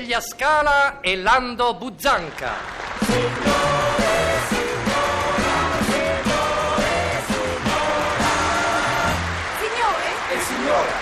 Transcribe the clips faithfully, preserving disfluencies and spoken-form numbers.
Delia Scala e Lando Buzzanca. Signore, signora, signore, signora. Signore? E signora.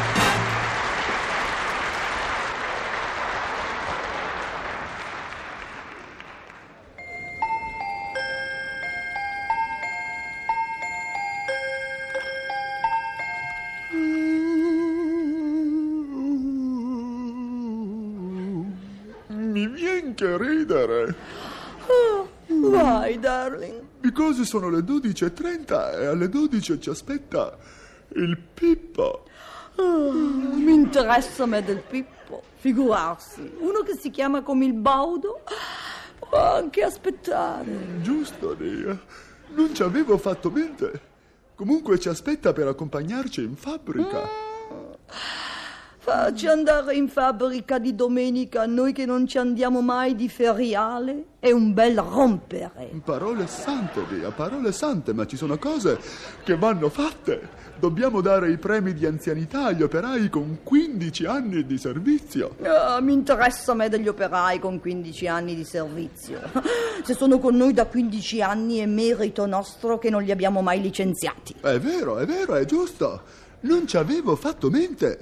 Mi vien che ridere. Oh, vai, darling. Because sono le dodici e trenta e alle dodici ci aspetta il Pippo. Oh, mi interessa a me del Pippo. Figurarsi, uno che si chiama come il Baudo può anche aspettare. Giusto, Dio. Non ci avevo fatto mente. Comunque ci aspetta per accompagnarci in fabbrica. Mm. Facci andare in fabbrica di domenica, noi che non ci andiamo mai di feriale. È un bel rompere. Parole sante, Dio, parole sante, ma ci sono cose che vanno fatte. Dobbiamo dare i premi di anzianità agli operai con quindici anni di servizio. Oh, mi interessa a me degli operai con quindici anni di servizio. Se sono con noi da quindici anni è merito nostro che non li abbiamo mai licenziati. È vero, è vero, è giusto. Non ci avevo fatto mente.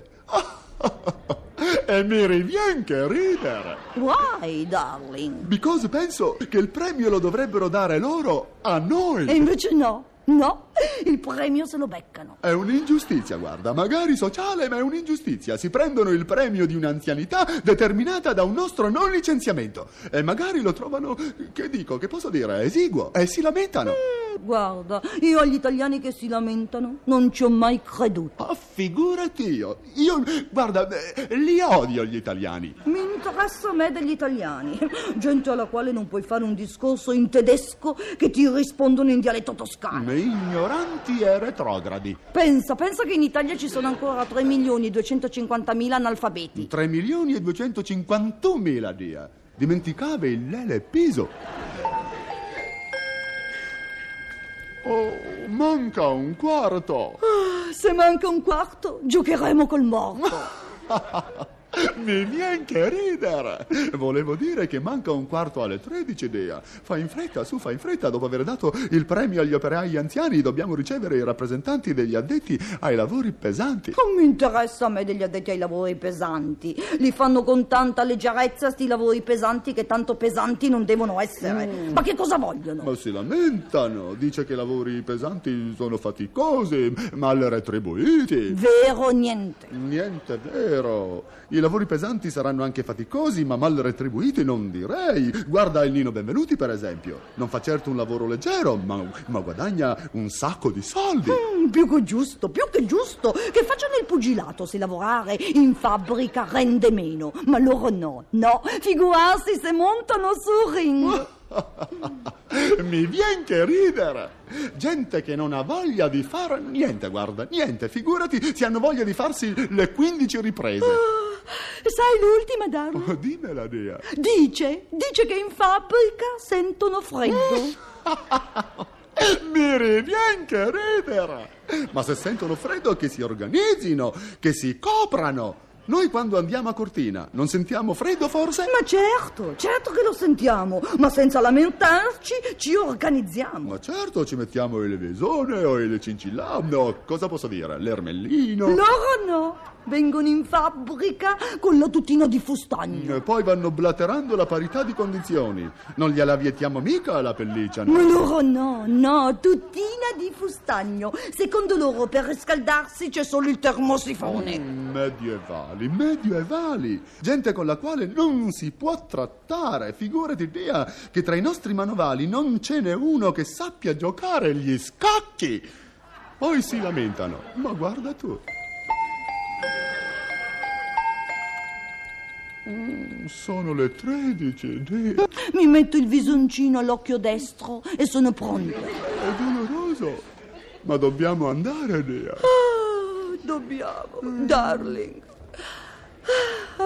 E mi rivien che ridere. Why, darling? Because penso che il premio lo dovrebbero dare loro a noi. E invece no, no, il premio se lo beccano. È un'ingiustizia, guarda, magari sociale, ma è un'ingiustizia. Si prendono il premio di un'anzianità determinata da un nostro non licenziamento e magari lo trovano, che dico, che posso dire, esiguo, e si lamentano. Mm, guarda, io agli italiani che si lamentano non ci ho mai creduto. Ah, figurati io. Io, guarda, eh, li odio gli italiani. Mi interessa a me degli italiani. Gente alla quale non puoi fare un discorso in tedesco che ti rispondono in dialetto toscano. Ignoranti e retrogradi. Pensa, pensa che in Italia ci sono ancora tre milioni e duecentocinquantamila analfabeti. tre milioni e duecentocinquantunomila, dia. Dimenticava il Lele Piso. Oh, manca un quarto. Ah, se manca un quarto, giocheremo col morto. Mi vien che ridere. Volevo dire che manca un quarto alle tredici, Dea. Fa in fretta, su, fa in fretta. Dopo aver dato il premio agli operai anziani dobbiamo ricevere i rappresentanti degli addetti ai lavori pesanti. Non mi interessa a me degli addetti ai lavori pesanti. Li fanno con tanta leggerezza sti lavori pesanti che tanto pesanti non devono essere. Mm. Ma che cosa vogliono? Ma si lamentano. Dice che i lavori pesanti sono faticosi, mal retribuiti. Vero niente. Niente vero. I lavori pesanti saranno anche faticosi, ma mal retribuiti non direi. Guarda il Nino Benvenuti, per esempio. Non fa certo un lavoro leggero, ma, ma guadagna un sacco di soldi. Mm, più che giusto, più che giusto. Che facciano il pugilato se lavorare in fabbrica rende meno. Ma loro no, no. Figurarsi se montano sul ring. Mi vien che ridere. Gente che non ha voglia di fare niente, guarda, niente. Figurati se hanno voglia di farsi le quindici riprese. Oh, sai l'ultima, Darla? Oh, dimmela, Dea. Dice, dice che in fabbrica sentono freddo. Mi rivien che ridere. Ma se sentono freddo che si organizzino, che si coprano. Noi quando andiamo a Cortina non sentiamo freddo forse? Ma certo, certo che lo sentiamo, ma senza lamentarci ci organizziamo. Ma certo, ci mettiamo il levesone o il cincillà, no, cosa posso dire, l'ermellino. Loro no, vengono in fabbrica con la tutina di fustagno. E poi vanno blaterando la parità di condizioni. Non gliela vietiamo mica la pelliccia, no? Ma loro no, no, tutina di fustagno. Secondo loro per riscaldarsi c'è solo il termosifone. Mm, medievali, medievali. Gente con la quale non si può trattare. Figurati, Dea, che tra i nostri manovali non ce n'è uno che sappia giocare gli scacchi. Poi si lamentano. Ma guarda tu. Mm, sono le tredici, Dea. Mi metto il visoncino all'occhio destro e sono pronta. È doloroso, ma dobbiamo andare, Dea. Ah, dobbiamo, mm. darling.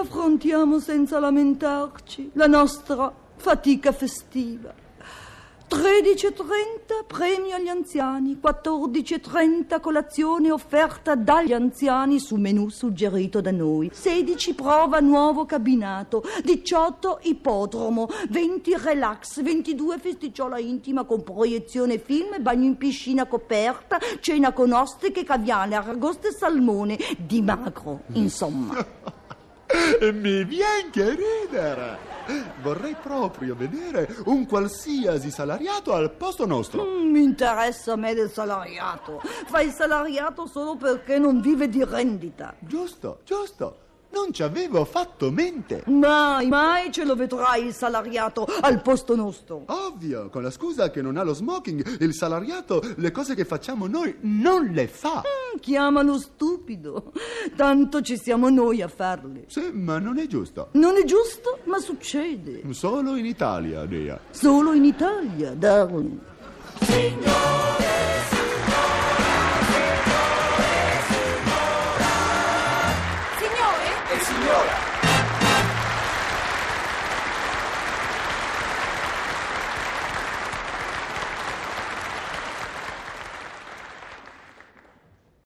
Affrontiamo senza lamentarci la nostra fatica festiva. tredici e trenta premio agli anziani, quattordici e trenta colazione offerta dagli anziani su menù suggerito da noi, sedici prova nuovo cabinato, diciotto ippodromo, venti relax, ventidue festicciola intima con proiezione film, bagno in piscina coperta, cena con ostriche, caviale, aragoste e salmone, di magro, insomma. Mi viene che ridere. Vorrei proprio vedere un qualsiasi salariato al posto nostro. Mm, mi interessa a me del salariato. Fa il salariato solo perché non vive di rendita. Giusto, giusto. Non ci avevo fatto mente. Mai, mai ce lo vedrai il salariato al posto nostro. Ovvio, con la scusa che non ha lo smoking, il salariato le cose che facciamo noi non le fa. Mm, chiamalo stupido. Tanto ci siamo noi a farle. Sì, ma non è giusto. Non è giusto, ma succede. Solo in Italia, Dea. Solo in Italia, darling. Signore